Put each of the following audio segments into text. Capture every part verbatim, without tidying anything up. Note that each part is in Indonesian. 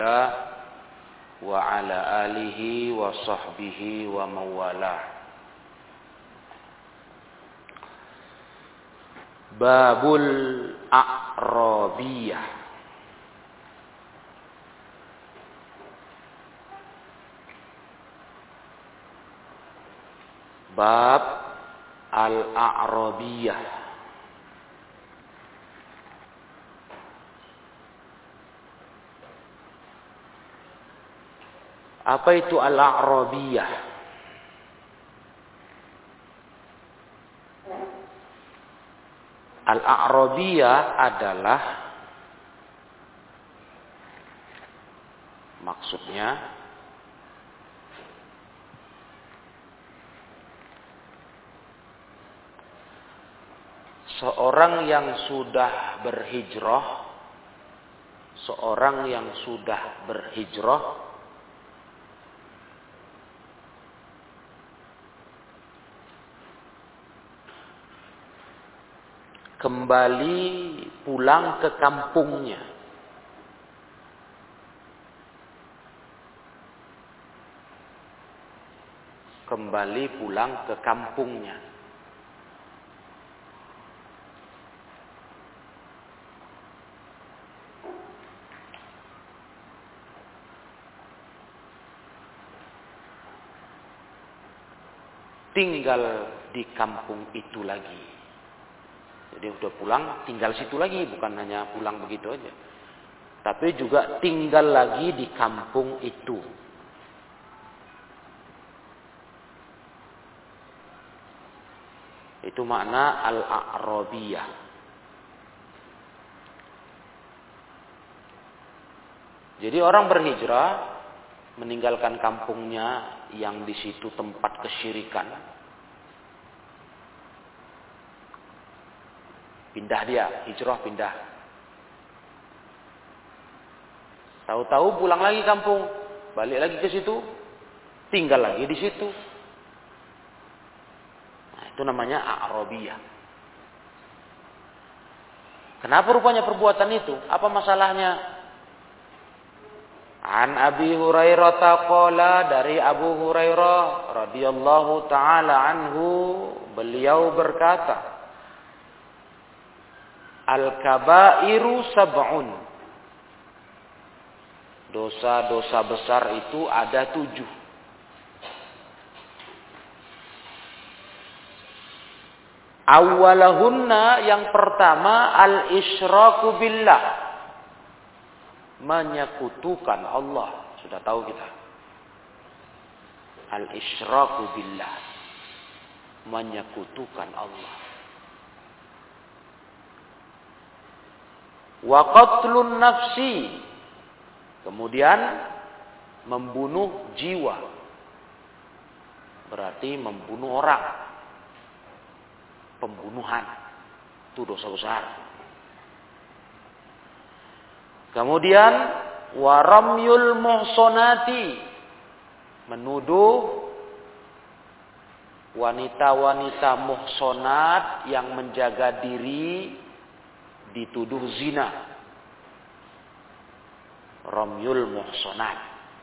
wa ala alihi wa sahbihi wa mawalah. Babul A'rabiyah. Bab Al-A'rabiyah. Apa itu Al-A'rabiyah? Al-A'rabiyah adalah maksudnya seorang yang sudah berhijrah, seorang yang sudah berhijrah kembali pulang ke kampungnya. Kembali pulang ke kampungnya. Tinggal di kampung itu lagi. Jadi udah pulang, tinggal situ lagi, bukan hanya pulang begitu aja. Tapi juga tinggal lagi di kampung itu. Itu makna Al-A'rabiyah. Jadi orang berhijrah, meninggalkan kampungnya yang di situ tempat kesyirikan. Pindah dia, hijrah pindah. Tahu-tahu pulang lagi kampung, balik lagi ke situ, tinggal lagi di situ. Nah, itu namanya A'rabiyah. Kenapa rupanya perbuatan itu? Apa masalahnya? An Abi Hurairah taqala, dari Abu Hurairah radhiyallahu taala anhu, beliau berkata, Al-kabairu sab'un. Dosa-dosa besar itu ada tujuh. Awwalahunna, yang pertama, al-isyraku billah. Menyekutukan Allah. Sudah tahu kita. Al-isyraku billah. Menyekutukan Allah. Wa qatlun nafsi, kemudian membunuh jiwa, berarti membunuh orang, pembunuhan, itu dosa besar. Kemudian wa ramyul muhsanati, menuduh wanita-wanita muhsanat yang menjaga diri dituduh zina. Ramyul muhsanat,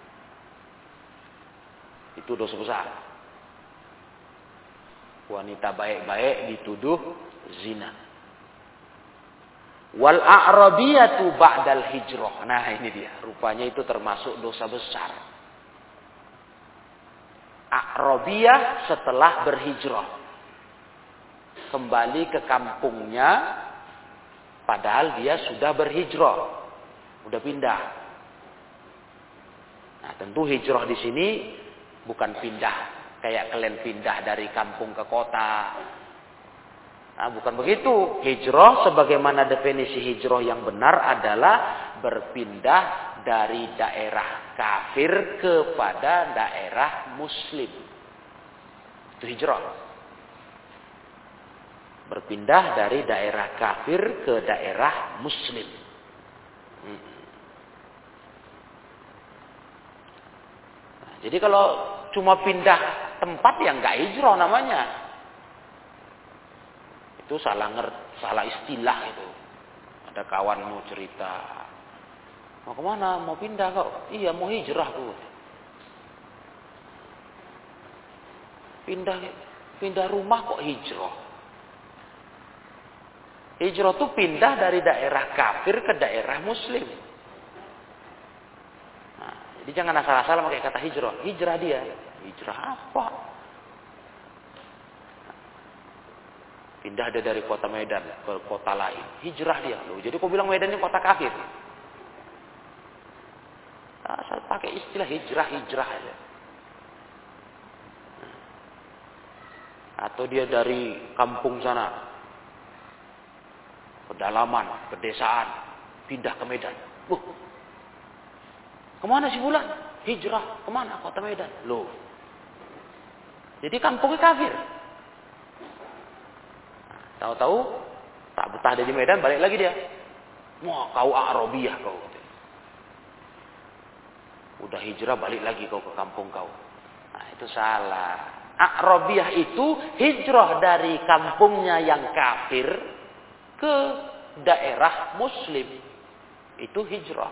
itu dosa besar. Wanita baik-baik dituduh zina. Wal a'rabiyatu ba'dal hijrah. Nah, ini dia, rupanya itu termasuk dosa besar. A'rabiyah setelah berhijrah, kembali ke kampungnya. Padahal dia sudah berhijrah, sudah pindah. Nah, tentu hijrah di sini bukan pindah kayak kalian pindah dari kampung ke kota. Nah, bukan begitu. Hijrah sebagaimana definisi hijrah yang benar adalah berpindah dari daerah kafir kepada daerah muslim. Itu hijrah. Berpindah dari daerah kafir ke daerah muslim. Nah, jadi kalau cuma pindah tempat yang nggak hijrah namanya, itu salah ngerti, salah istilah itu. Ada kawanmu cerita, Mau kemana? Mau pindah kau? Iya, mau hijrah aku. Pindah, pindah rumah kok hijrah? Hijrah itu pindah dari daerah kafir ke daerah muslim. Nah, jadi jangan asal-asal pakai kata hijrah. Hijrah dia. Hijrah apa? Pindah dia dari kota Medan ke kota lain. Hijrah dia. Loh, jadi kau bilang Medan ini kota kafir? Asal pakai istilah hijrah-hijrah aja. Atau dia dari kampung sana, pedalaman, pedesaan, pindah ke Medan. Loh, kemana si Bulan? Hijrah, kemana? Kota Medan. Loh, jadi kampungnya kafir. Tahu-tahu tak betah dia di Medan, balik lagi dia. Wah, kau Arabiyah kau. Udah hijrah, balik lagi kau ke kampung kau. Nah, itu salah. Arabiyah itu hijrah dari kampungnya yang kafir ke daerah muslim. Itu hijrah.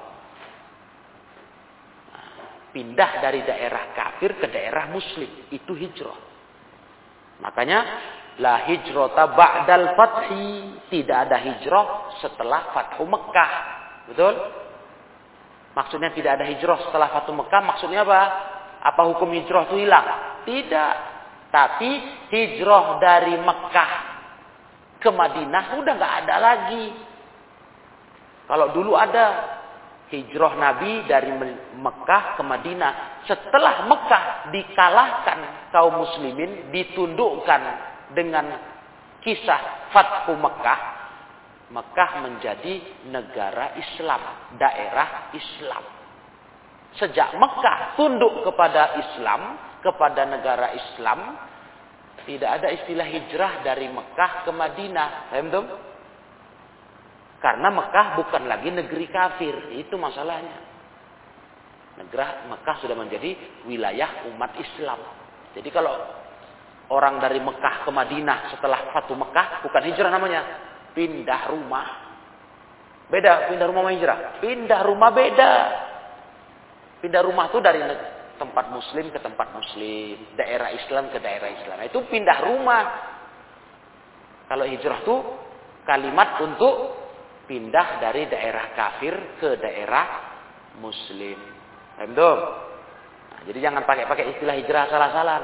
Nah, pindah dari daerah kafir ke daerah muslim. Itu hijrah. Makanya la hijrata ba'dal fathi. Tidak ada hijrah setelah Fathu Mekah. Betul? Maksudnya tidak ada hijrah setelah Fathu Mekah. Maksudnya apa? Apa hukum hijrah itu hilang? Tidak. Tapi hijrah dari Mekah ke Madinah udah nggak ada lagi. Kalau dulu ada hijrah Nabi dari Mekah ke Madinah. Setelah Mekah dikalahkan kaum muslimin, ditundukkan dengan kisah Fathu Mekah. Mekah menjadi negara Islam, daerah Islam. Sejak Mekah tunduk kepada Islam, kepada negara Islam, tidak ada istilah hijrah dari Mekah ke Madinah. Paham tuh? Karena Mekah bukan lagi negeri kafir, itu masalahnya. Negara Mekah sudah menjadi wilayah umat Islam. Jadi kalau orang dari Mekah ke Madinah setelah Fathu Mekah, bukan hijrah namanya. Pindah rumah. Beda, pindah rumah sama hijrah. Pindah rumah beda. Pindah rumah itu dari tempat muslim ke tempat muslim. Daerah Islam ke daerah Islam. Itu pindah rumah. Kalau hijrah itu kalimat untuk pindah dari daerah kafir ke daerah muslim. Paham dong? Nah, jadi jangan pakai-pakai istilah hijrah salah-salah.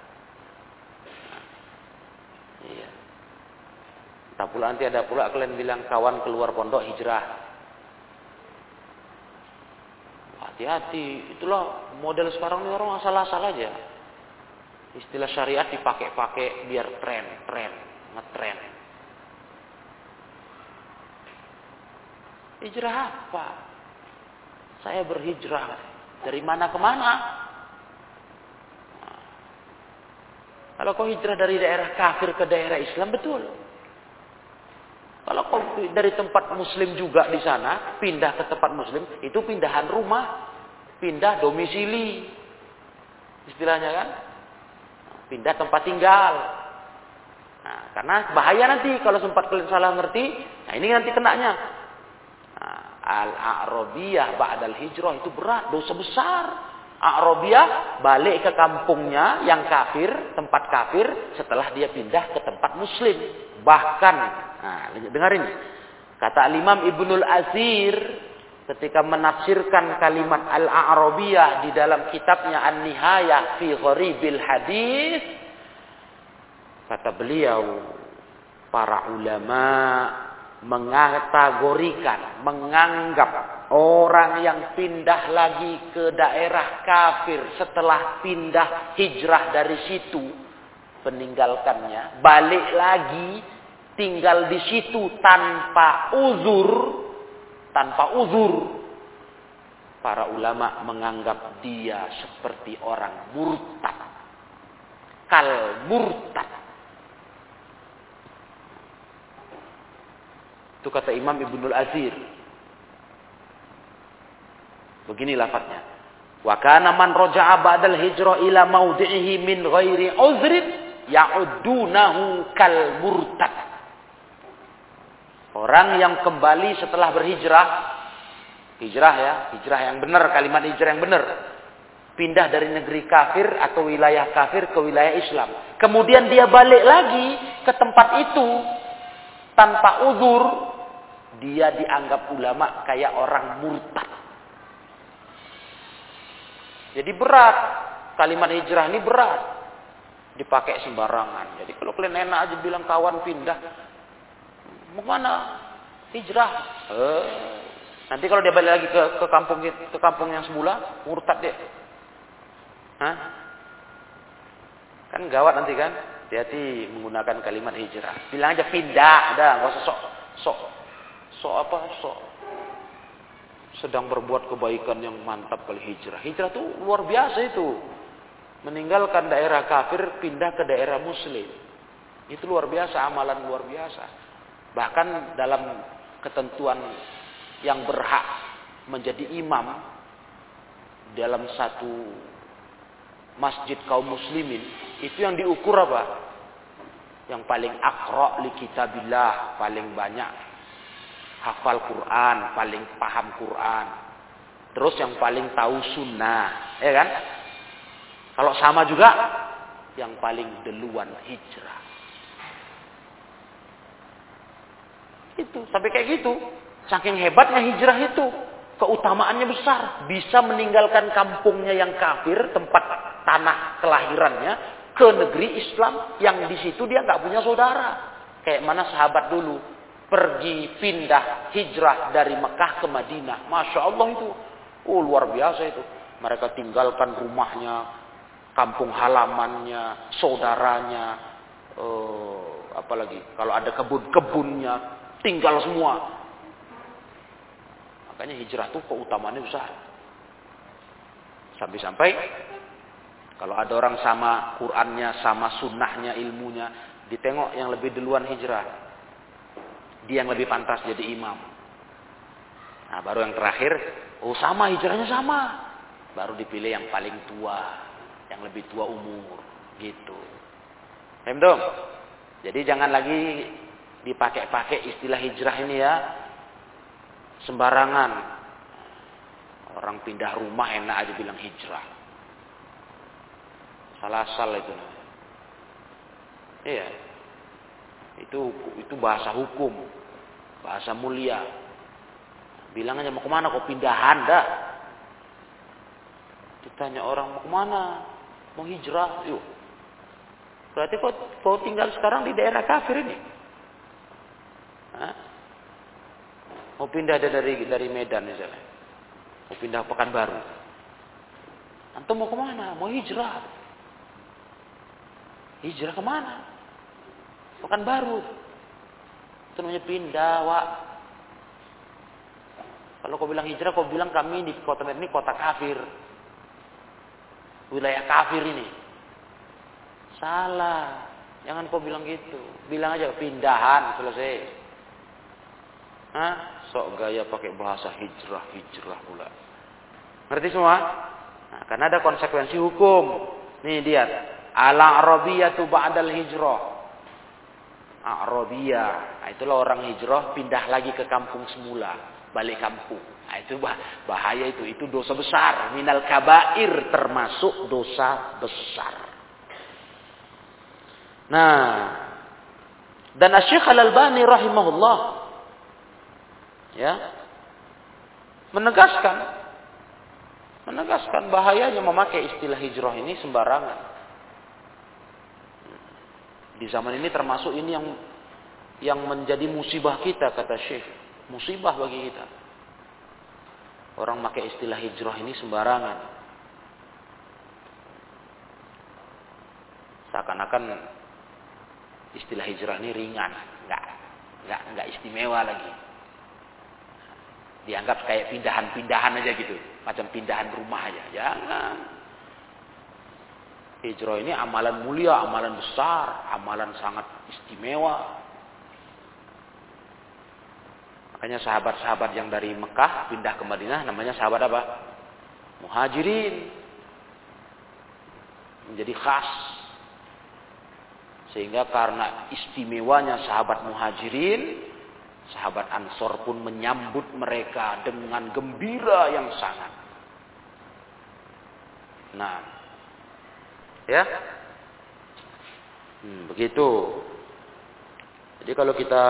Iya. Tak pula nanti ada pula kalian bilang kawan keluar pondok hijrah. Hati-hati, itulah model sekarang ini orang asal-asal aja. Istilah syariat dipakai-pakai biar tren, tren, ngetren. Hijrah apa? Saya berhijrah dari mana ke mana? Nah, kalau kau hijrah dari daerah kafir ke daerah Islam, betul. Kalau kau dari tempat muslim juga di sana, pindah ke tempat muslim, itu pindahan rumah, pindah domisili. Istilahnya kan? Pindah tempat tinggal. Nah, karena bahaya nanti kalau sempat kalian salah ngerti, nah ini nanti kenanya. Nah, Al-A'rabiyah ba'dal hijrah itu berat, dosa besar. A'rabiyah balik ke kampungnya yang kafir, tempat kafir, setelah dia pindah ke tempat muslim. Bahkan, nah, dengarin, kata Imam Ibnul Azir ketika menafsirkan kalimat Al-A'rabiyah di dalam kitabnya An-Nihayah fi Gharibil Hadis, kata beliau, para ulama mengkategorikan, menganggap orang yang pindah lagi ke daerah kafir setelah pindah hijrah dari situ, meninggalkannya, balik lagi tinggal di situ tanpa uzur, tanpa uzur, para ulama menganggap dia seperti orang murtad, kal murtad. Itu kata Imam Ibnul Azir. Begini lafadznya. Wa kana man raja'a ba'dal hijrah ila mawdi'ihi min ghairi uzrin ya'uddunahu kal murtad. Orang yang kembali setelah berhijrah Hijrah ya, hijrah yang benar, kalimat hijrah yang benar. Pindah dari negeri kafir atau wilayah kafir ke wilayah Islam. Kemudian dia balik lagi ke tempat itu tanpa uzur, dia dianggap ulama kayak orang murtad. Jadi berat, kalimat hijrah ini berat, dipakai sembarangan. Jadi kalau kalian enak aja bilang kawan pindah, mau mana? Hijrah. Eh, nanti kalau dia balik lagi ke, ke kampung ke kampung yang semula, murtad dia. Hah? Kan gawat nanti kan? Hati-hati menggunakan kalimat hijrah. Bilang aja pindah, udah, enggak usah sok sok sok apa? Sok sedang berbuat kebaikan yang mantap kali hijrah. Hijrah tuh luar biasa itu. Meninggalkan daerah kafir pindah ke daerah muslim. Itu luar biasa, amalan luar biasa. Bahkan dalam ketentuan yang berhak menjadi imam dalam satu masjid kaum muslimin, itu yang diukur apa? Yang paling aqra li kitabillah, paling banyak hafal Quran, paling paham Quran. Terus yang paling tahu sunnah, ya kan? Kalau sama juga, yang paling duluan hijrah. Itu sampai kayak gitu. Saking hebatnya hijrah itu, keutamaannya besar. Bisa meninggalkan kampungnya yang kafir, tempat tanah kelahirannya, ke negeri Islam yang di situ dia nggak punya saudara. Kayak mana sahabat dulu pergi pindah hijrah dari Mekah ke Madinah. Masya Allah itu, oh luar biasa itu. Mereka tinggalkan rumahnya, kampung halamannya, saudaranya, eh, apalagi kalau ada kebun-kebunnya, tinggal semua. Makanya hijrah itu keutamaannya besar. Sampai-sampai kalau ada orang sama Qur'annya, sama sunnahnya, ilmunya, ditengok yang lebih duluan hijrah, dia yang lebih pantas jadi imam. Nah baru yang terakhir, oh sama hijrahnya sama, baru dipilih yang paling tua, yang lebih tua umur, gitu. Paham dong? Jadi jangan lagi dipakai-pakai istilah hijrah ini ya, sembarangan. Orang pindah rumah enak aja bilang hijrah. Salah-salah itu. Iya. Itu itu bahasa hukum, bahasa mulia. Bilang aja mau kemana kok pindahan dah. Ditanya orang mau kemana? Mau hijrah? Yuk. Berarti kau, kau tinggal sekarang di daerah kafir ini. Hah? Mau pindah dari dari Medan misalnya. Mau pindah Pekanbaru. Antum mau kemana? Mau hijrah. Hijrah kemana? Pekanbaru. Itu namanya pindah, Wak. Kalau kau bilang hijrah, kau bilang kami di kota Medan ini kota kafir. Wilayah kafir ini. Salah. Jangan kau bilang gitu. Bilang aja pindahan, selesai. Hah? Sok gaya pakai bahasa hijrah, hijrah pula. Ngerti semua? Nah, karena ada konsekuensi hukum. Nih lihat. Al-Arabiyatu ba'dal hijrah. Arabiyah. Nah, itulah orang hijrah pindah lagi ke kampung semula. Balik kampung. Nah, itu bahaya itu. Itu dosa besar. Minal kabair, termasuk dosa besar. Nah. Dan Asy-Syaikh Al-Albani rahimahullah. Ya. Menegaskan. Menegaskan bahayanya memakai istilah hijrah ini sembarangan. Di zaman ini termasuk ini yang yang menjadi musibah kita, kata Syekh. Musibah bagi kita. Orang pakai istilah hijrah ini sembarangan. Seakan-akan istilah hijrah ini ringan, enggak, enggak, enggak istimewa lagi. Dianggap kayak pindahan-pindahan aja gitu, macam pindahan rumah aja. Jangan. Hijrah ini amalan mulia, amalan besar, amalan sangat istimewa. Makanya sahabat-sahabat yang dari Mekah pindah ke Madinah namanya sahabat apa? Muhajirin. Menjadi khas. Sehingga karena istimewanya sahabat Muhajirin, Sahabat Ansor pun menyambut mereka dengan gembira yang sangat. Nah, ya, hmm, begitu. Jadi kalau kita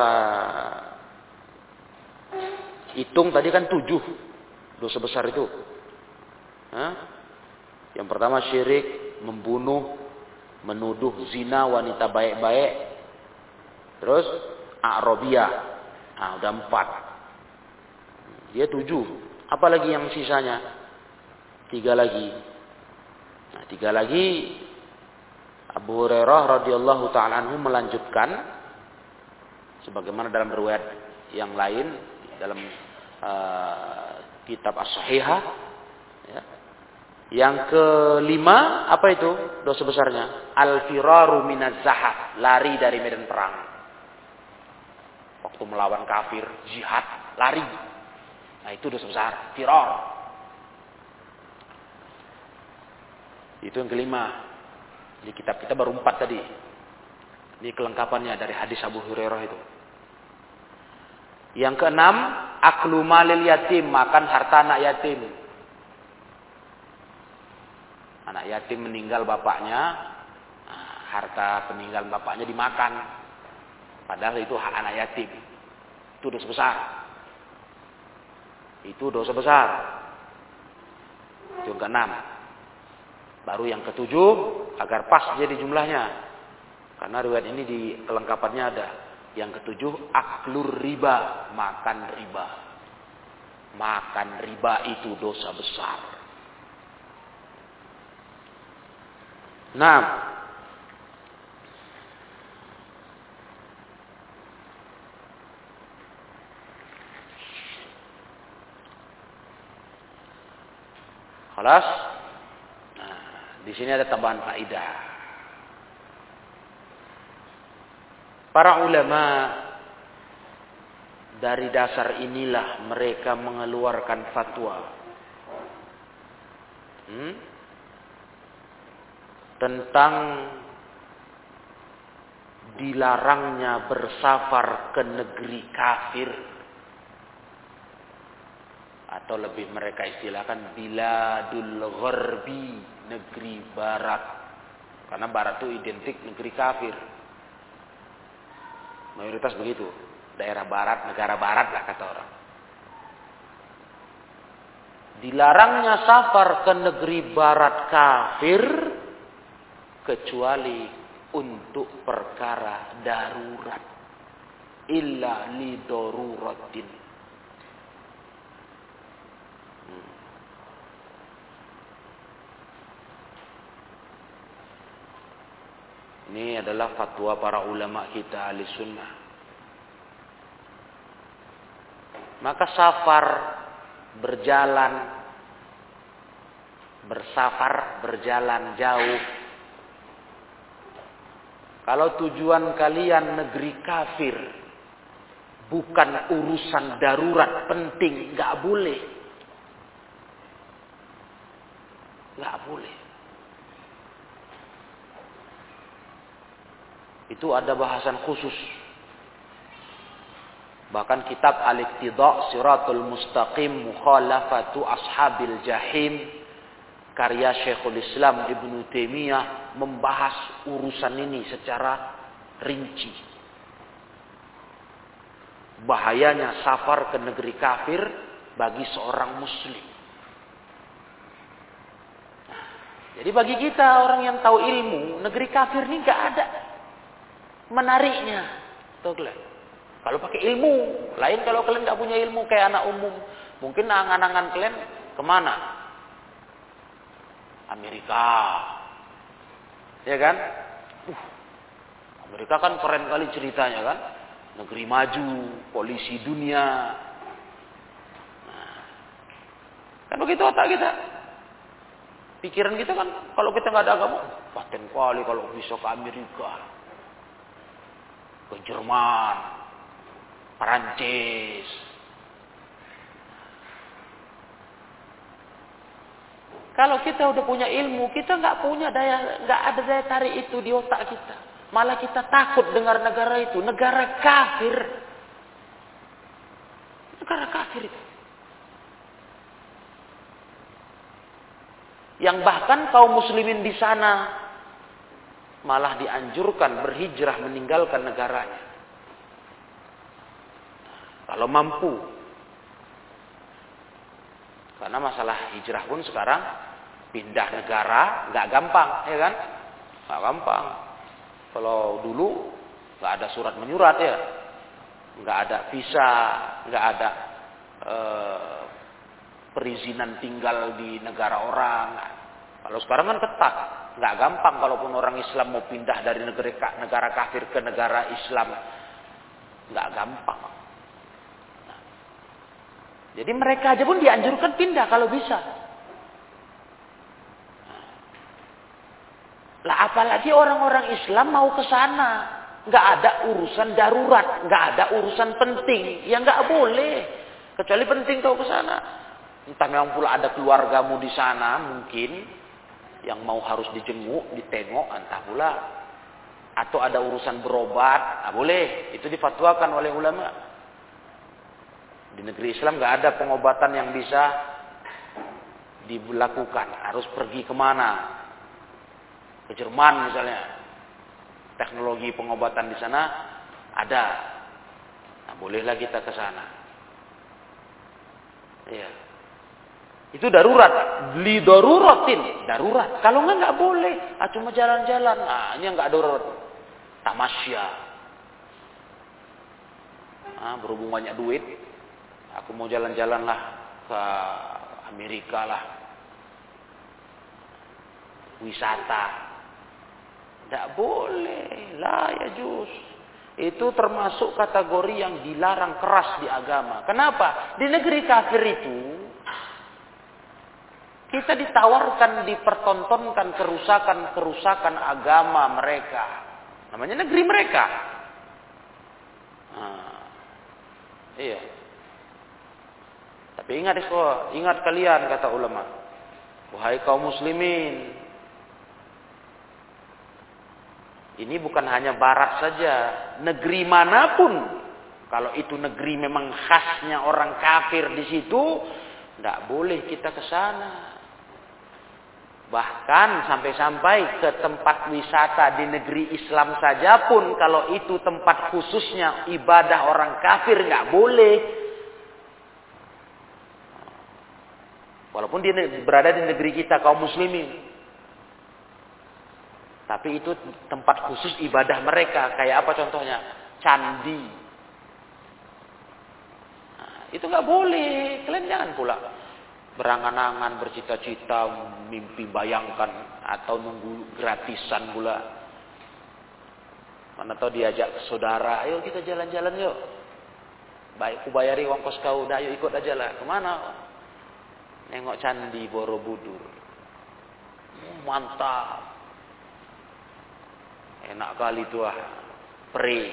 hitung tadi kan tujuh dosa besar itu. Hah? Yang pertama syirik, membunuh, menuduh zina wanita baik-baik. Terus a'rabiyah. Nah, udah empat. Dia tujuh. Apalagi yang sisanya? Tiga lagi. Nah, tiga lagi. Abu Hurairah radhiyallahu ta'ala anhu melanjutkan. Sebagaimana dalam riwayat yang lain. Dalam uh, kitab As-Sahihah. Ya. Yang kelima, apa itu dosa besarnya? Al-firaru minaz zahaf. Lari dari medan perang. Waktu melawan kafir, jihad, lari. Nah itu dosa besar, firar. Itu yang kelima. Di kitab kita baru empat tadi. Ini kelengkapannya dari hadis Abu Hurairah itu. Yang keenam, aklu malil yatim, makan harta anak yatim. Anak yatim meninggal bapaknya, harta peninggalan bapaknya dimakan. Padahal itu hak anak yatim. Itu dosa besar. Itu dosa besar. Itu yang keenam. Baru yang ketujuh, agar pas jadi jumlahnya. Karena riwayat ini di kelengkapannya ada. Yang ketujuh, aklur riba, makan riba. Makan riba itu dosa besar. Nah, Khalas. Nah, di sini ada tambahan faedah. Para ulama dari dasar inilah mereka mengeluarkan fatwa. Hmm? Tentang dilarangnya bersafar ke negeri kafir. Atau lebih mereka istilahkan biladul gharbi, negeri barat. Karena barat itu identik negeri kafir. Mayoritas begitu. Daerah barat, negara barat lah kata orang. Dilarangnya safar ke negeri barat kafir kecuali untuk perkara darurat. Illa li daruratin. Ini adalah fatwa para ulama kita ahli sunnah. Maka safar, berjalan, bersafar, berjalan jauh. Kalau tujuan kalian negeri kafir, bukan urusan darurat penting, nggak boleh. Nggak boleh. Itu ada bahasan khusus. Bahkan kitab Al-Iqtida' Siratul Mustaqim Mukhalafatu Ashabil Jahim karya Syekhul Islam Ibnu Taimiyah membahas urusan ini secara rinci. Bahayanya safar ke negeri kafir bagi seorang muslim. Jadi bagi kita orang yang tahu ilmu, negeri kafir ini nggak ada menariknya. Tuh kalian. Kalau pakai ilmu, lain kalau kalian nggak punya ilmu kayak anak umum, mungkin angan-angan kalian kemana? Amerika, ya kan? Uh, Amerika kan keren kali ceritanya kan, negeri maju, polisi dunia. Nah, kan begitu otak kita. Pikiran kita kan, kalau kita nggak ada agama, paten kali kalau bisa ke Amerika, ke Jerman, Perancis. Kalau kita udah punya ilmu, kita nggak punya daya, nggak ada daya tarik itu di otak kita. Malah kita takut dengar negara itu, negara kafir. kafir itu. Yang bahkan kaum muslimin di sana malah dianjurkan berhijrah meninggalkan negaranya. Kalau mampu. Karena masalah hijrah pun sekarang pindah negara nggak gampang, ya kan? Nggak gampang. Kalau dulu nggak ada surat menyurat ya, nggak ada visa, nggak ada eh, perizinan tinggal di negara orang. Kalau sekarang kan ketat, nggak gampang. Kalaupun orang Islam mau pindah dari negara negara kafir ke negara Islam, nggak gampang. Nah, jadi mereka aja pun dianjurkan pindah kalau bisa. Lah apalagi orang-orang Islam mau ke sana, nggak ada urusan darurat, nggak ada urusan penting, ya nggak boleh. Kecuali penting kau ke sana. Entah memang pula ada keluargamu di sana mungkin yang mau harus dijenguk, ditengok, entah pula. Atau ada urusan berobat, nah boleh. Itu difatwakan oleh ulama. Di negeri Islam nggak ada pengobatan yang bisa dilakukan. Harus pergi kemana? Ke Jerman misalnya, teknologi pengobatan di sana ada. Nah, bolehlah kita ke sana. Iya. Itu darurat, li daruratin, darurat. Kalau enggak enggak boleh. Ah, cuma jalan-jalan. Ah, ini enggak darurat. Tamasya. Ah, berhubung banyak duit, aku mau jalan-jalan lah ke Amerika lah. Wisata. Tidak boleh, lah ya juz. Itu termasuk kategori yang dilarang keras di agama. Kenapa? Di negeri kafir itu, kita ditawarkan, dipertontonkan kerusakan-kerusakan agama mereka. Namanya negeri mereka. Nah, iya. Tapi ingat ikhwah, ingat kalian kata ulama. Wahai kaum muslimin, ini bukan hanya barat saja, negeri manapun, kalau itu negeri memang khasnya orang kafir di situ, tidak boleh kita ke sana. Bahkan sampai-sampai ke tempat wisata di negeri Islam saja pun, kalau itu tempat khususnya ibadah orang kafir, nggak boleh. Walaupun dia berada di negeri kita kaum muslimin. Tapi itu tempat khusus ibadah mereka. Kayak apa contohnya? Candi. Nah, itu nggak boleh. Kalian jangan pula berangan-angan, bercita-cita, mimpi bayangkan, atau nunggu gratisan pula. Mana tahu diajak ke saudara, ayo kita jalan-jalan yuk. Baik, ku bayari uang kos kau, dah ayo ikut aja lah. Kemana? Nengok Candi Borobudur. Mantap. Enak kali tuh ah, pre.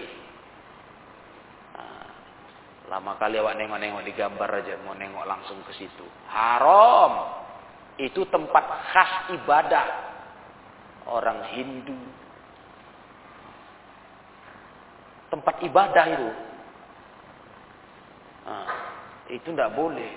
Nah, lama kali awak nengok-nengok di gambar aja, mau nengok langsung ke situ. Haram. Itu tempat khas ibadah orang Hindu. Tempat ibadah itu. Nah, itu tidak boleh.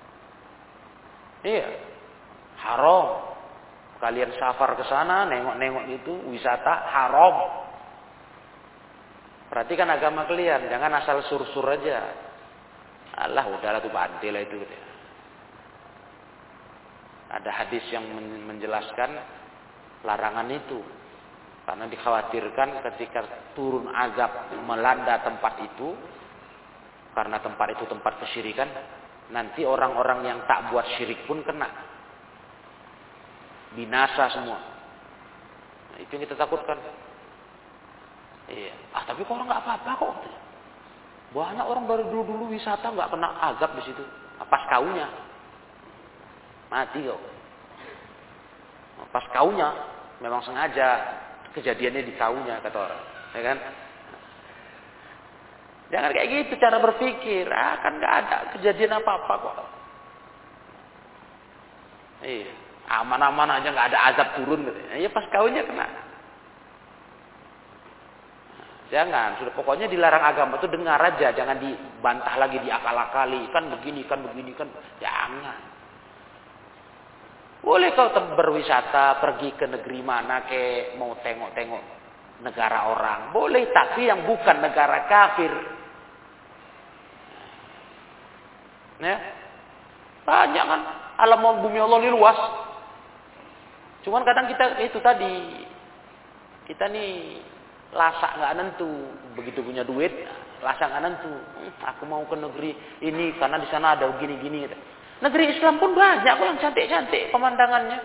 Iya, haram. Kalian safar ke sana, nengok-nengok itu, wisata, haram. Perhatikan agama kalian, jangan asal sur-sur aja. Allah, udahlah tuh bantai lah itu. Ada hadis yang menjelaskan larangan itu. Karena dikhawatirkan ketika turun azab melanda tempat itu, karena tempat itu tempat kesyirikan, nanti orang-orang yang tak buat syirik pun kena. Binasa semua. Nah, itu yang kita takutkan. Iya. Ah, tapi kok orang nggak apa-apa kok. Banyak orang dari dulu-dulu wisata nggak kena azab di situ. Pas kaunya mati kok. Pas kaunya memang sengaja kejadiannya di kaunya kata orang, ya kan? Jangan kayak gitu cara berpikir. Ah, kan nggak ada kejadian apa-apa kok. Iya. Aman-aman aja nggak ada azab turun gitu. Ya pas kawinnya kena. Jangan, sudah pokoknya dilarang agama itu dengar aja, jangan di dibantah lagi, diakal-akali, kan begini, kan begini, kan jangan. Boleh kau berwisata, pergi ke negeri mana ke, mau tengok-tengok negara orang, boleh, tapi yang bukan negara kafir. Ya, banyak kan, alam bumi Allah ini luas. Cuman kadang kita itu tadi, kita nih lasak nggak nentu, begitu punya duit, lasak nggak nentu. Aku mau ke negeri ini karena di sana ada gini-gini. Negeri Islam pun banyak kok yang cantik-cantik pemandangannya.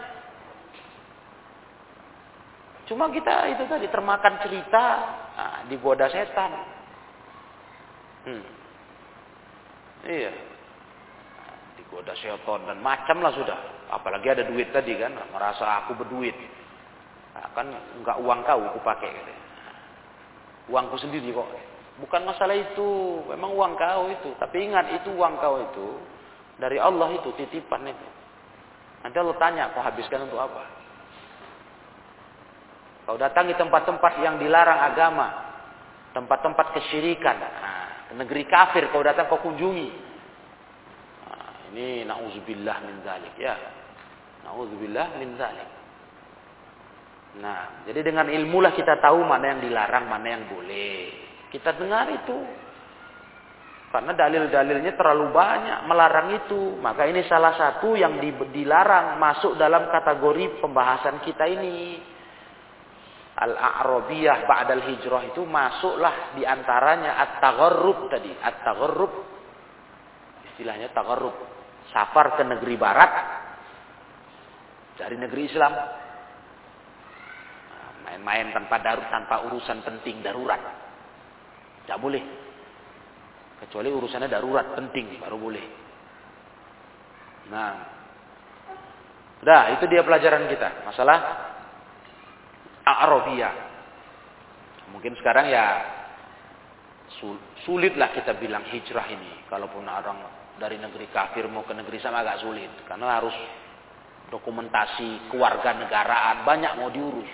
Cuma kita itu tadi termakan cerita, nah, digoda setan. Hmm. Iya. Goda syaitan dan macam lah sudah. Apalagi ada duit tadi kan, merasa aku berduit. Nah, kan enggak uang kau aku pakai gitu. Uangku sendiri kok. Bukan masalah itu, memang uang kau itu. Tapi ingat itu uang kau itu dari Allah, itu titipan itu. Nanti Allah tanya, kau habiskan untuk apa? Kau datang di tempat-tempat yang dilarang agama, tempat-tempat kesyirikan, nah, negeri kafir kau datang kau kunjungi. Ini na'udzubillah min dzalik ya. Na'udzubillah min dzalik. Nah, jadi dengan ilmulah kita tahu mana yang dilarang, mana yang boleh. Kita dengar itu. Karena dalil-dalilnya terlalu banyak melarang itu. Maka ini salah satu yang dilarang masuk dalam kategori pembahasan kita ini. Al-A'rabiyah ba'dal hijrah itu masuklah diantaranya at-tagharrub tadi. At-tagharrub istilahnya tagharrub. Safar ke negeri barat dari negeri Islam, main-main tanpa darur, tanpa urusan penting darurat, tidak boleh. Kecuali urusannya darurat penting baru boleh. Nah, udah itu dia pelajaran kita masalah A'rabiyah. Mungkin sekarang ya sulitlah kita bilang hijrah ini, kalaupun orang dari negeri kafir mau ke negeri Islam agak sulit. Karena harus dokumentasi kewarganegaraan, banyak mau diurus.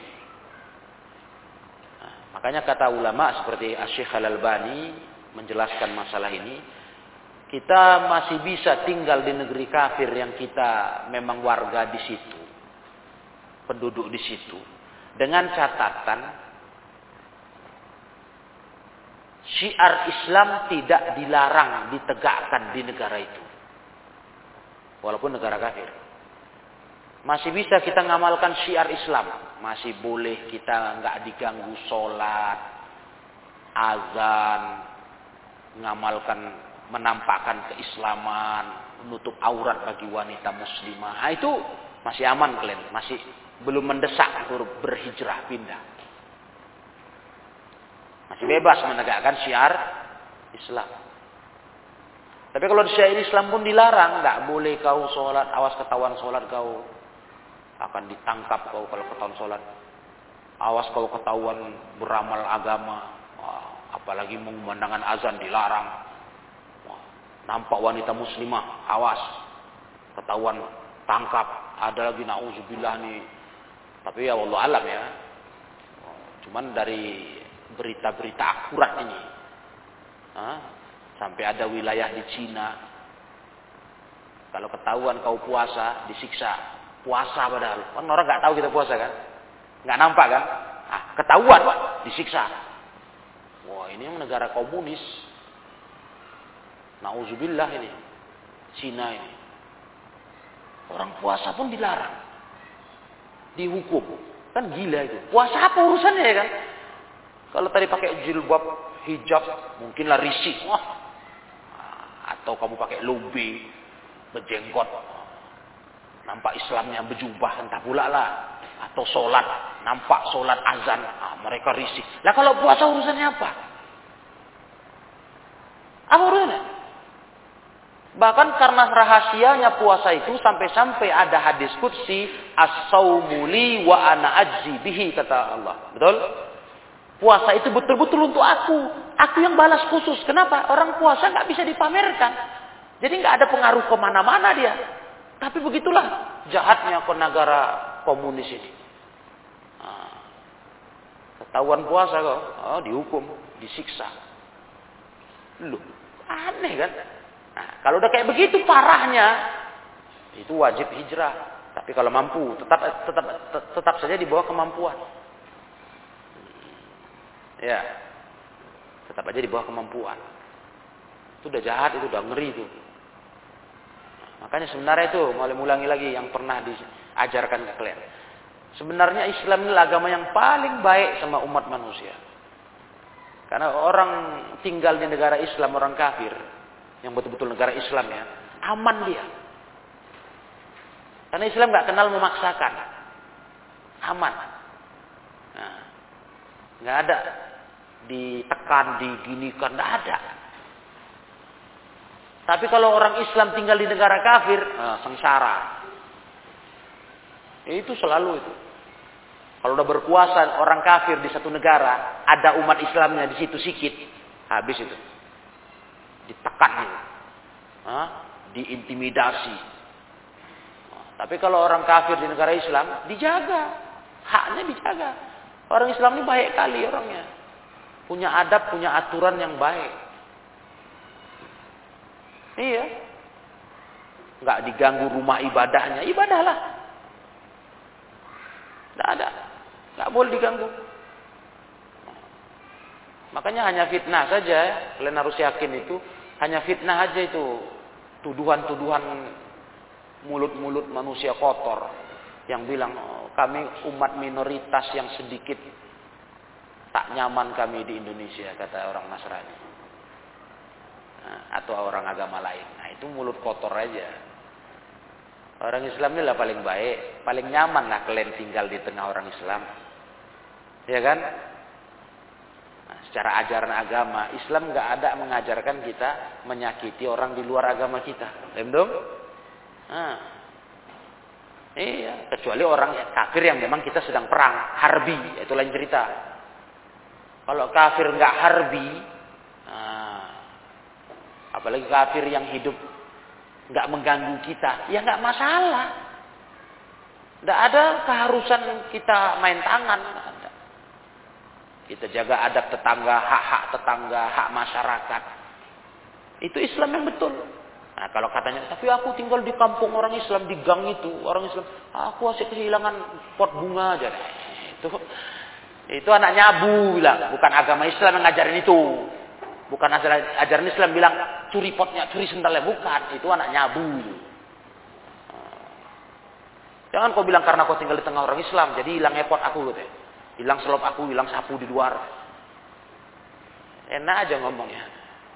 Nah, makanya kata ulama seperti Asy-Syaikh Al-Albani menjelaskan masalah ini. Kita masih bisa tinggal di negeri kafir yang kita memang warga di situ. Penduduk di situ. Dengan catatan syiar Islam tidak dilarang ditegakkan di negara itu. Walaupun negara kafir. Masih bisa kita ngamalkan syiar Islam. Masih boleh kita nggak diganggu sholat, azan, ngamalkan, menampakkan keislaman, menutup aurat bagi wanita muslimah. Nah, itu masih aman kalian. Masih belum mendesak untuk berhijrah pindah. Masih bebas menegakkan syiar Islam. Tapi kalau syiar Islam pun dilarang, nggak boleh kau sholat, awas ketahuan sholat kau akan ditangkap kau kalau ketahuan sholat. Awas kau ketahuan beramal agama, wah, apalagi mengumandangkan azan dilarang. Wah, nampak wanita muslimah, awas ketahuan tangkap. Ada lagi na'udzubillah nih. Tapi ya wallahu alam ya. Cuman dari berita-berita akurat ini, Hah? sampai ada wilayah di Cina, kalau ketahuan kau puasa disiksa, puasa padahal, kan orang nggak tahu kita puasa kan, nggak nampak kan, ah, ketahuan disiksa. Wah ini negara komunis, na'udzubillah ini, Cina ini, orang puasa pun dilarang, dihukum, kan gila itu. Puasa apa urusannya ya kan? Kalau tadi pakai jilbab, hijab, mungkinlah risih. Wah. Atau kamu pakai lobe, berjenggot, nampak Islamnya berjubah, entah pula lah. Atau sholat, nampak sholat azan, ah, mereka risih. Lah kalau puasa urusannya apa? Apa urusannya? Bahkan karena rahasianya puasa itu sampai-sampai ada hadis qudsi, as-saumu li wa ana ajzi bihi, kata Allah. Betul? Puasa itu betul-betul untuk aku. Aku yang balas khusus. Kenapa? Orang puasa nggak bisa dipamerkan. Jadi nggak ada pengaruh kemana-mana dia. Tapi begitulah jahatnya ke negara komunis ini. Nah, ketahuan puasa kok, oh, dihukum, disiksa. Loh, Aneh kan? Nah, kalau udah kayak begitu parahnya, itu wajib hijrah. Tapi kalau mampu, tetap tetap tetap saja di bawah kemampuan. Ya, tetap aja di bawah kemampuan. Itu udah jahat, itu udah ngeri itu. Makanya sebenarnya itu, mau ulangi lagi yang pernah diajarkan ke kalian. Sebenarnya Islam ini agama yang paling baik sama umat manusia. Karena orang tinggal di negara Islam, orang kafir, yang betul-betul negara Islam ya, aman dia. Karena Islam nggak kenal memaksakan, aman. Nah, nggak ada ditekan, diginikan, nggak ada. Tapi kalau orang Islam tinggal di negara kafir, nah, sengsara. Itu selalu itu. Kalau udah berkuasa orang kafir di satu negara, ada umat Islamnya di situ sedikit, habis itu. Ditekan itu. Nah, diintimidasi. Tapi kalau orang kafir di negara Islam, dijaga. Haknya dijaga. Orang Islam ini baik kali orangnya. Punya adab, punya aturan yang baik. Iya. Nggak diganggu rumah ibadahnya. Ibadahlah. Nggak ada. Nggak boleh diganggu. Makanya hanya fitnah saja. Kalian harus yakin itu. Hanya fitnah aja itu. Tuduhan-tuduhan mulut-mulut manusia kotor yang bilang oh, kami umat minoritas yang sedikit tak nyaman kami di Indonesia, kata orang Nasrani nah, atau orang agama lain. Nah itu mulut kotor aja. Orang Islam ini lah paling baik, paling nyaman lah kalian tinggal di tengah orang Islam, ya kan? Nah, secara ajaran agama Islam nggak ada mengajarkan kita menyakiti orang di luar agama kita, betul? Nah, iya, kecuali orang kafir yang memang kita sedang perang, harbi, itu lain cerita. Kalau kafir nggak harbi, nah, apalagi kafir yang hidup nggak mengganggu kita, ya nggak masalah. Nggak ada keharusan kita main tangan. Ada. Kita jaga adab tetangga, hak-hak tetangga, hak masyarakat. Itu Islam yang betul. Nah, kalau katanya, tapi aku tinggal di kampung orang Islam, di gang itu, orang Islam, aku asik kehilangan pot bunga aja. Nah, itu itu anak nyabu bilang, bukan agama Islam yang ngajarin itu. Bukan ajaran, ajaran Islam bilang, curi potnya, curi sendalnya, bukan. Itu anak nyabu. Nah, jangan kau bilang karena kau tinggal di tengah orang Islam, jadi hilang pot aku gitu. Hilang selop aku, hilang sapu di luar. Enak aja ngomongnya.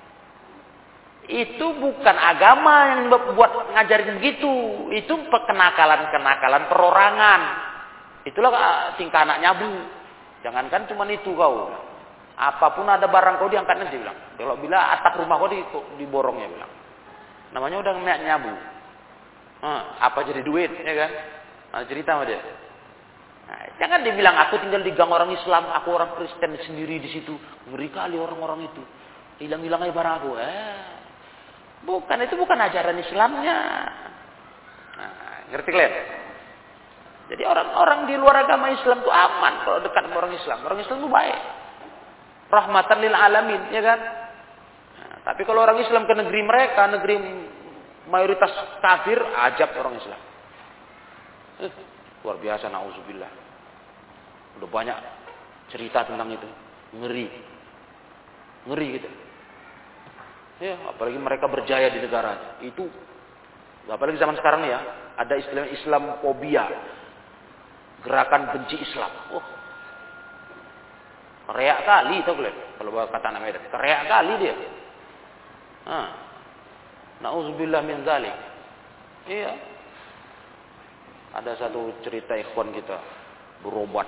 Itu bukan agama yang buat ngajarin begitu. Itu kenakalan-kenakalan perorangan. Itulah tingkah anak nyabu. Jangankan cuma itu kau. Apapun ada barang kau diangkatnya dia bilang. Kalau bila atap rumah kau diborongnya bilang. Namanya udah anak nyabu. Nah, apa jadi duit ya kan? Nah, cerita sama dia. Nah, jangan dibilang aku tinggal di gang orang Islam, aku orang Kristen sendiri di situ. Ngeri kali orang-orang itu. Hilang-hilang aja barang aku. Eh. Bukan, itu bukan ajaran Islamnya. Nah, ngerti kalian? Jadi orang-orang di luar agama Islam itu aman kalau dekat sama orang Islam. Orang Islam itu baik. Rahmatan lil alamin, ya kan? Nah, tapi kalau orang Islam ke negeri mereka, negeri mayoritas kafir, ajab orang Islam. Eh, luar biasa, na'udzubillah. Udah banyak cerita tentang itu. Ngeri. Ngeri gitu. Ya, apalagi mereka berjaya di negaranya. Itu, apalagi zaman sekarang ya, ada istilah Islamfobia, gerakan benci Islam. Oh, reak kali itu kalian. Kalau kata anak Medan, reak kali dia. Nah, na'udzubillah min dzalik. Iya. Ada satu cerita ikhwan kita berobat.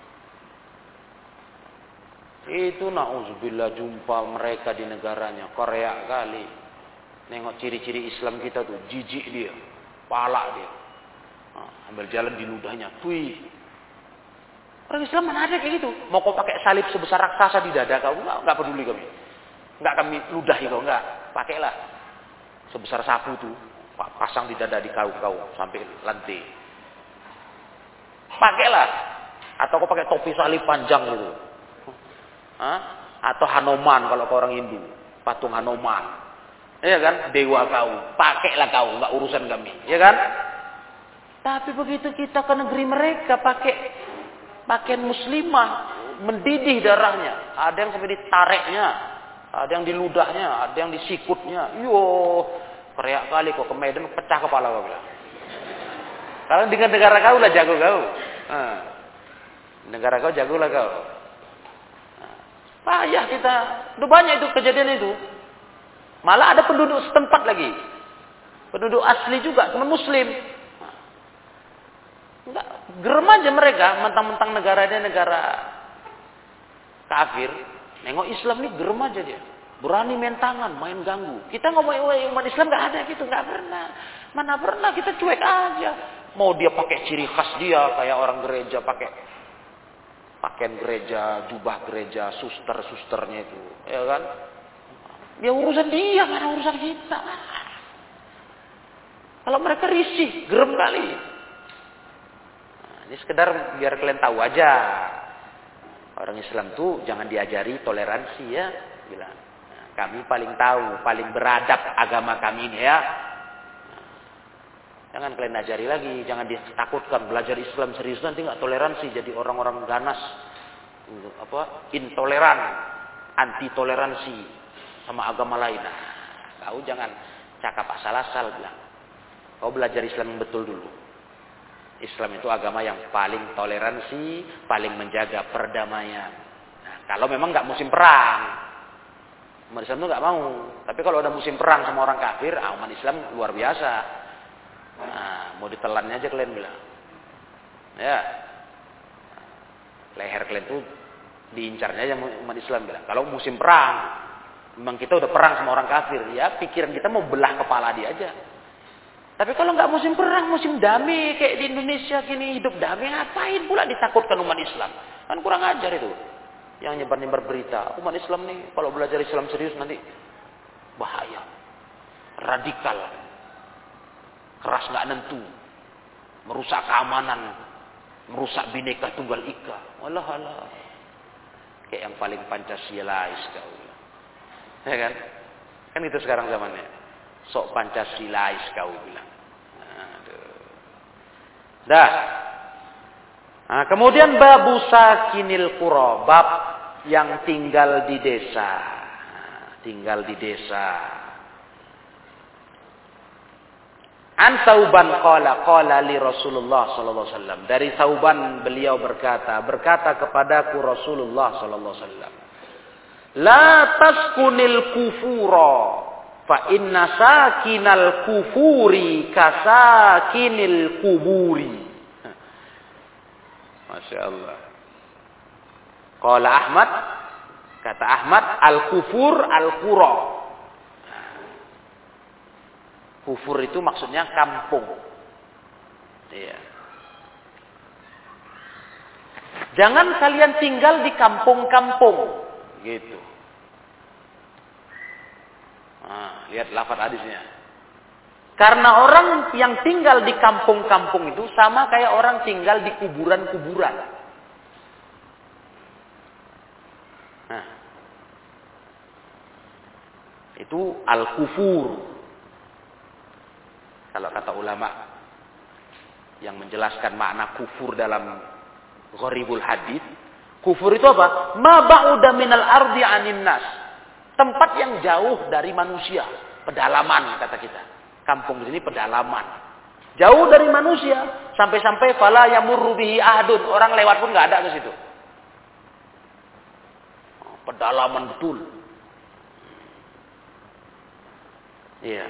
Itu na'udzubillah jumpa mereka di negaranya. Korea kali. Nengok ciri-ciri Islam kita tuh. Jijik dia. Palak dia. Nah, ambil jalan di ludahnya. Wih. Orang Islam mana ada kayak gitu. Mau kau pakai salib sebesar raksasa di dada kau. Enggak, enggak peduli kami. Enggak kami ludahi kau. Enggak. Pakailah. Sebesar sapu tuh. Pasang di dada di kau-kau. Sampai lantai. Pakailah. Atau kau pakai topi salib panjang gitu. Hah? Atau Hanoman kalau ke orang Hindu, patung Hanoman. Ya kan? Dewa kau, pakailah kau, enggak urusan kami. Ya kan? Tapi begitu kita ke negeri mereka pakai pakaian muslimah, mendidih darahnya. Ada yang sampai ditareknya, ada yang di ludahnya, ada yang di sikutnya. Yo, teriak kali kok ke Medan pecah kepala kau bilang. Kalau dengan negara kau lah jago kau. Nah, negara kau jago lah kau. Nah, payah kita. Udah banyak itu kejadian itu. Malah ada penduduk setempat lagi. Penduduk asli juga, cuma muslim. Enggak, gerem aja mereka, mentang-mentang negaranya negara kafir. Nengok Islam nih gerem aja dia. Berani main tangan, main ganggu. Kita ngomong umat Islam nggak ada gitu, nggak pernah. Mana pernah, kita cuek aja. Mau dia pakai ciri khas dia, kayak orang gereja pakai pakaian gereja, jubah gereja, suster-susternya itu, ya kan? Ya urusan dia, mana urusan kita. Kalau mereka risih, gerem kali. Ini sekedar biar kalian tahu aja. Orang Islam tuh jangan diajari toleransi ya. Bilang. Nah, kami paling tahu, paling beradab agama kami ini ya. Nah, jangan kalian ajari lagi. Jangan ditakutkan belajar Islam serius nanti nggak toleransi. Jadi orang-orang ganas. Apa? Intoleran. Anti toleransi. Sama agama lain. Nah, kau jangan cakap asal-asal bilang. Kau belajar Islam yang betul dulu. Islam itu agama yang paling toleransi, paling menjaga perdamaian. Nah, kalau memang nggak musim perang, umat Islam itu nggak mau. Tapi kalau ada musim perang sama orang kafir, ah, umat Islam luar biasa. Nah, mau ditelannya aja kalian bilang, ya, leher kalian tuh diincarnya aja umat Islam bilang. Kalau musim perang, memang kita udah perang sama orang kafir, ya pikiran kita mau belah kepala dia aja. Tapi kalau nggak musim perang, musim damai kayak di Indonesia gini hidup damai, ngapain pula ditakutkan umat Islam? Kan kurang ajar itu. Yang nyebar-nyebar berita, umat Islam nih kalau belajar Islam serius nanti bahaya, radikal, keras nggak nentu, merusak keamanan, merusak Bhinneka Tunggal Ika. Walah alah, kayak yang paling Pancasilais kau. Ya kan? Kan itu sekarang zamannya. Sok Pancasilais kau bilang. Aduh. Dah. Nah, kemudian babu sakinil qura, bab yang tinggal di desa. Nah, tinggal di desa. An Sauban qala qala li Rasulullah sallallahu alaihi wasallam. Dari Sauban beliau berkata, berkata kepadaku Rasulullah sallallahu alaihi wasallam. La taskunil kufura fa inna sakinal kufuri kasakinil kuburi. Masya Allah. Qala Ahmad, kata Ahmad, al-kufur al-qura. Kufur itu maksudnya kampung. Iya. Jangan kalian tinggal di kampung-kampung, gitu. Nah, lihat lafaz hadisnya. Karena orang yang tinggal di kampung-kampung itu sama kayak orang tinggal di kuburan-kuburan. Nah, itu al-kufur. Kalau kata ulama yang menjelaskan makna kufur dalam Gharibul Hadits, kufur itu apa? Ma ba'uda minal ardi 'anin nas. Tempat yang jauh dari manusia, pedalaman kata kita. Kampung di sini pedalaman. Jauh dari manusia, sampai-sampai fala yamurru bihi ahadun, orang lewat pun enggak ada ke situ. Pedalaman betul. Iya.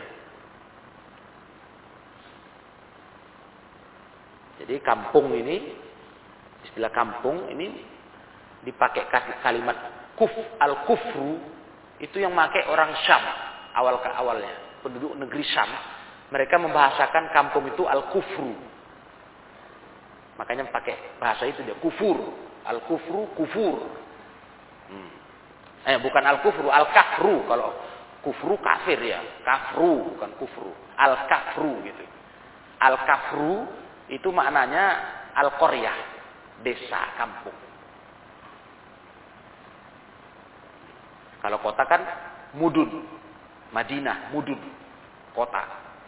Jadi kampung ini, istilah kampung ini dipakai kalimat kuf, al-kufru, itu yang pakai orang Syam awal ke awalnya, penduduk negeri Syam. Mereka membahasakan kampung itu al-kufru. Makanya pakai bahasa itu dia, kufur, al-kufru, kufur. Hmm. Eh bukan al-kufru, al-kafru. Kalau kufru kafir ya, kafru bukan kufru, al-kafru gitu. Al-kafru itu maknanya al-qaryah, desa, kampung. Kalau kota kan mudun. Madinah, mudun, kota.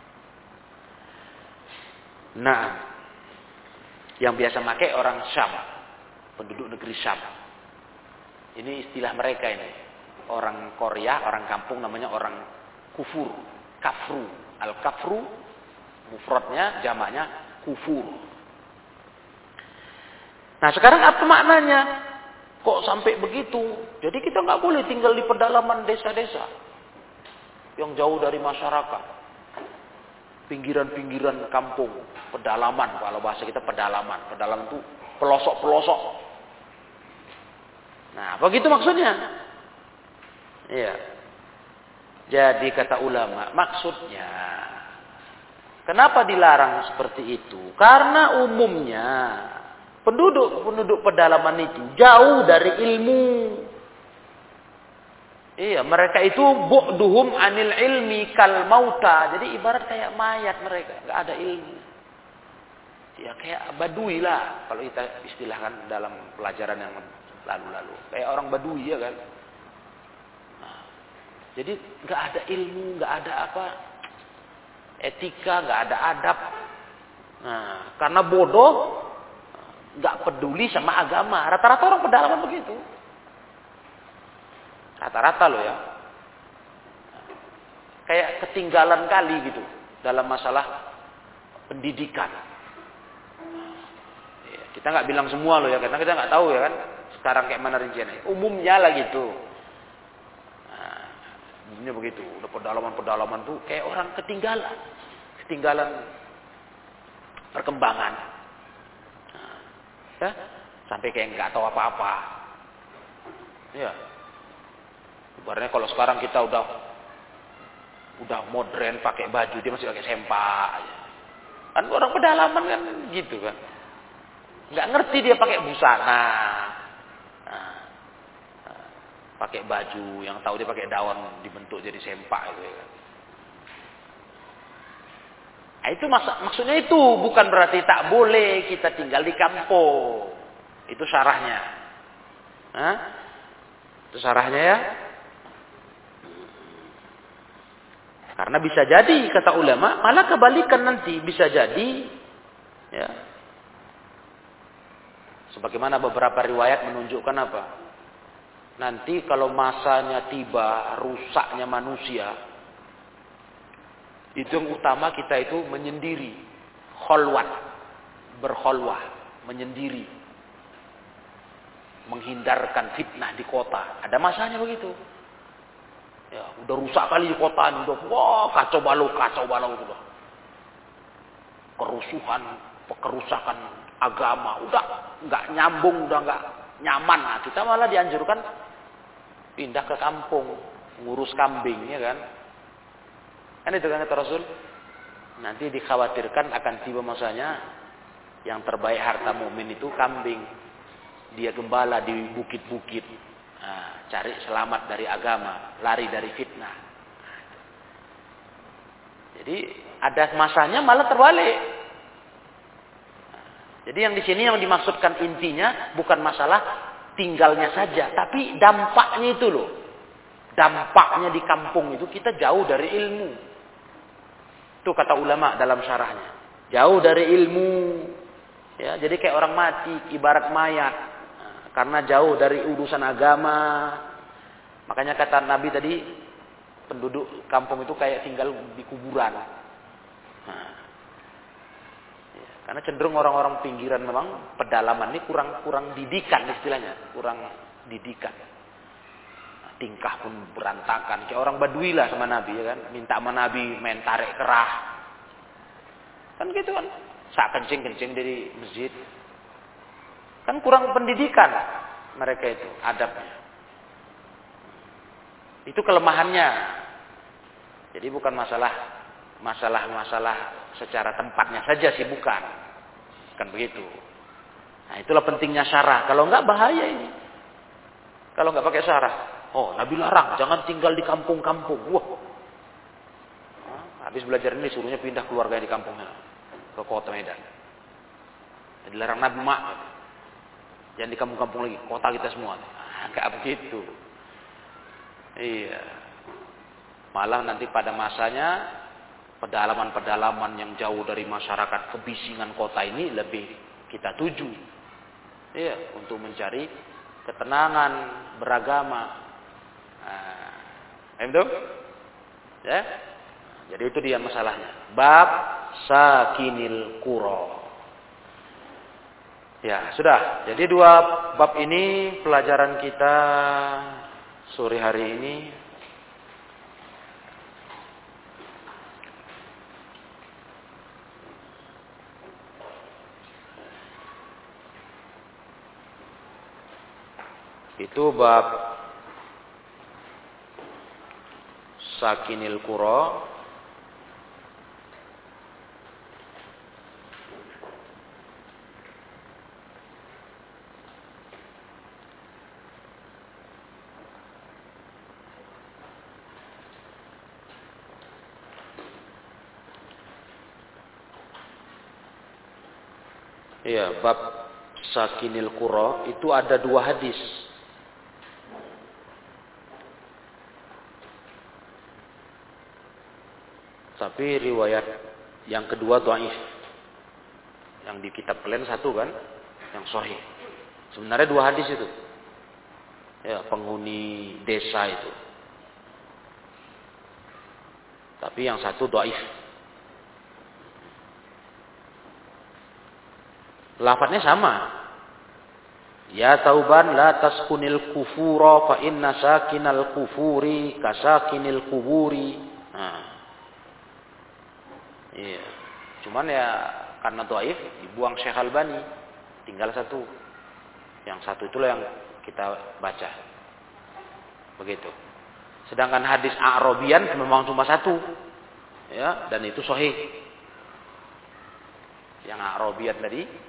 Nah, yang biasa pakai orang Syam, penduduk negeri Syam. Ini istilah mereka ini. Orang Korea, orang kampung namanya orang kufur, kafru. Al-kafru, mufradnya, jamaknya kufur. Nah sekarang apa maknanya? Kok sampai begitu? Jadi kita nggak boleh tinggal di pedalaman desa-desa yang jauh dari masyarakat, pinggiran-pinggiran kampung, pedalaman. Kalau bahasa kita pedalaman, pedalaman itu pelosok-pelosok. Nah, begitu maksudnya. Iya. Jadi kata ulama, maksudnya kenapa dilarang seperti itu? Karena umumnya penduduk-penduduk pedalaman itu jauh dari ilmu. Iya, mereka itu bu'duhum anil ilmi kal mauta. Jadi ibarat kayak mayat mereka, enggak ada ilmu. Ya kayak badui lah kalau kita istilahkan dalam pelajaran yang lalu-lalu. Kayak orang badui ya kan. Nah, jadi enggak ada ilmu, enggak ada apa? Etika, enggak ada adab. Nah, karena bodoh enggak peduli sama agama. Rata-rata orang pedalaman begitu. Rata-rata loh ya. Kayak ketinggalan kali gitu dalam masalah pendidikan. Ya, kita nggak bilang semua loh ya, karena kita nggak tahu ya kan. Sekarang kayak mana rinciannya. Umumnya lah gitu. Nah, umumnya begitu. Udah pedalaman-pedalaman tuh kayak orang ketinggalan. Ketinggalan perkembangan. Nah, ya, sampai kayak nggak tahu apa-apa. Ya. Ibaratnya kalau sekarang kita udah udah modern pakai baju, dia masih pakai sempak. Kan orang pedalaman kan gitu kan. Nggak ngerti dia pakai busana. Nah, pakai baju, yang tahu dia pakai daun dibentuk jadi sempak itu ya kan. Nah, itu masa, maksudnya itu bukan berarti tak boleh kita tinggal di kampung. Itu syarahnya. Hah? Itu syarahnya ya. Karena bisa jadi kata ulama, malah kebalikan nanti bisa jadi ya. Sebagaimana beberapa riwayat menunjukkan apa? Nanti kalau masanya tiba rusaknya manusia, itu yang utama kita itu menyendiri, kholwat, berkholwah, menyendiri, menghindarkan fitnah di kota. Ada masanya begitu. Ya, udah rusak kali di kota ini, udah wah kacau balau, kacau balau sudah. Kerusuhan, kerusakan agama, udah nggak nyambung, udah nggak nyaman. Nah, kita malah dianjurkan pindah ke kampung, ngurus kambing, ya kan? Kan itu kan kata Rasul. Nanti dikhawatirkan akan tiba masanya yang terbaik harta mukmin itu kambing. Dia gembala di bukit-bukit. Nah, cari selamat dari agama, lari dari fitnah. Jadi ada masanya malah terbalik. Nah, jadi yang di sini yang dimaksudkan intinya bukan masalah tinggalnya saja, tapi dampaknya itu loh. Dampaknya di kampung itu kita jauh dari ilmu. Itu kata ulama dalam syarahnya. Jauh dari ilmu. Ya, jadi kayak orang mati, ibarat mayat. Karena jauh dari urusan agama. Makanya kata Nabi tadi, penduduk kampung itu kayak tinggal di kuburan. Nah, ya, karena cenderung orang-orang pinggiran memang pedalaman ini kurang kurang didikan istilahnya, kurang didikan. Nah, tingkah pun berantakan, kayak orang Badui lah sama Nabi ya kan, minta sama Nabi main tarik kerah. Kan gitu kan, sak kencing-kencing dari masjid. Kan kurang pendidikan mereka itu, adabnya. Itu kelemahannya. Jadi bukan masalah masalah-masalah secara tempatnya saja sih, bukan. Kan begitu. Nah, itulah pentingnya syarah. Kalau enggak bahaya ini. Kalau enggak pakai syarah. Oh, Nabi larang, jangan tinggal di kampung-kampung. Wah. Habis belajar ini suruhnya pindah keluarga di kampungnya ke kota Medan. Jadi larang Nabi mak. Jangan di kampung-kampung lagi, kota kita semua. Enggak begitu. Iya. Malah nanti pada masanya pedalaman-pedalaman yang jauh dari masyarakat kebisingan kota ini lebih kita tuju. Iya, untuk mencari ketenangan beragama. Nah, itu? Ya. Jadi itu dia masalahnya. Bab sakinil qura. Ya, sudah. Jadi dua bab ini pelajaran kita sore hari ini. Itu bab sakinil qura. Iya, bab sakinil qura itu ada dua hadis. Tapi riwayat yang kedua dhaif. Yang di kitab kalian satu kan, yang sahih. Sebenarnya dua hadis itu. Ya, penghuni desa itu. Tapi yang satu dhaif. Lafadznya sama. Ya tauban la taskunil kufura fa inna sakinal kufuri kasakinil kuburi. Nah. Iya. Cuman ya karena dhaif dibuang Syekh Albani. Tinggal satu. Yang satu itulah yang kita baca. Begitu. Sedangkan hadis A'rabian memang cuma satu. Ya, dan itu sahih. Yang A'rabian tadi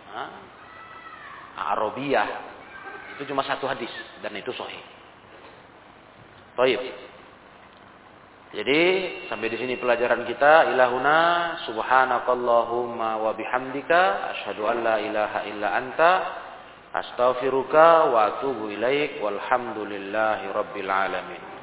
Arabiyah itu cuma satu hadis dan itu sahih. Baik. Jadi sampai di sini pelajaran kita. Ilahuna subhanakallahumma wa bihamdika asyhadu an la ilaha illa anta astaghfiruka wa atubu ilaik walhamdulillahi rabbil alamin.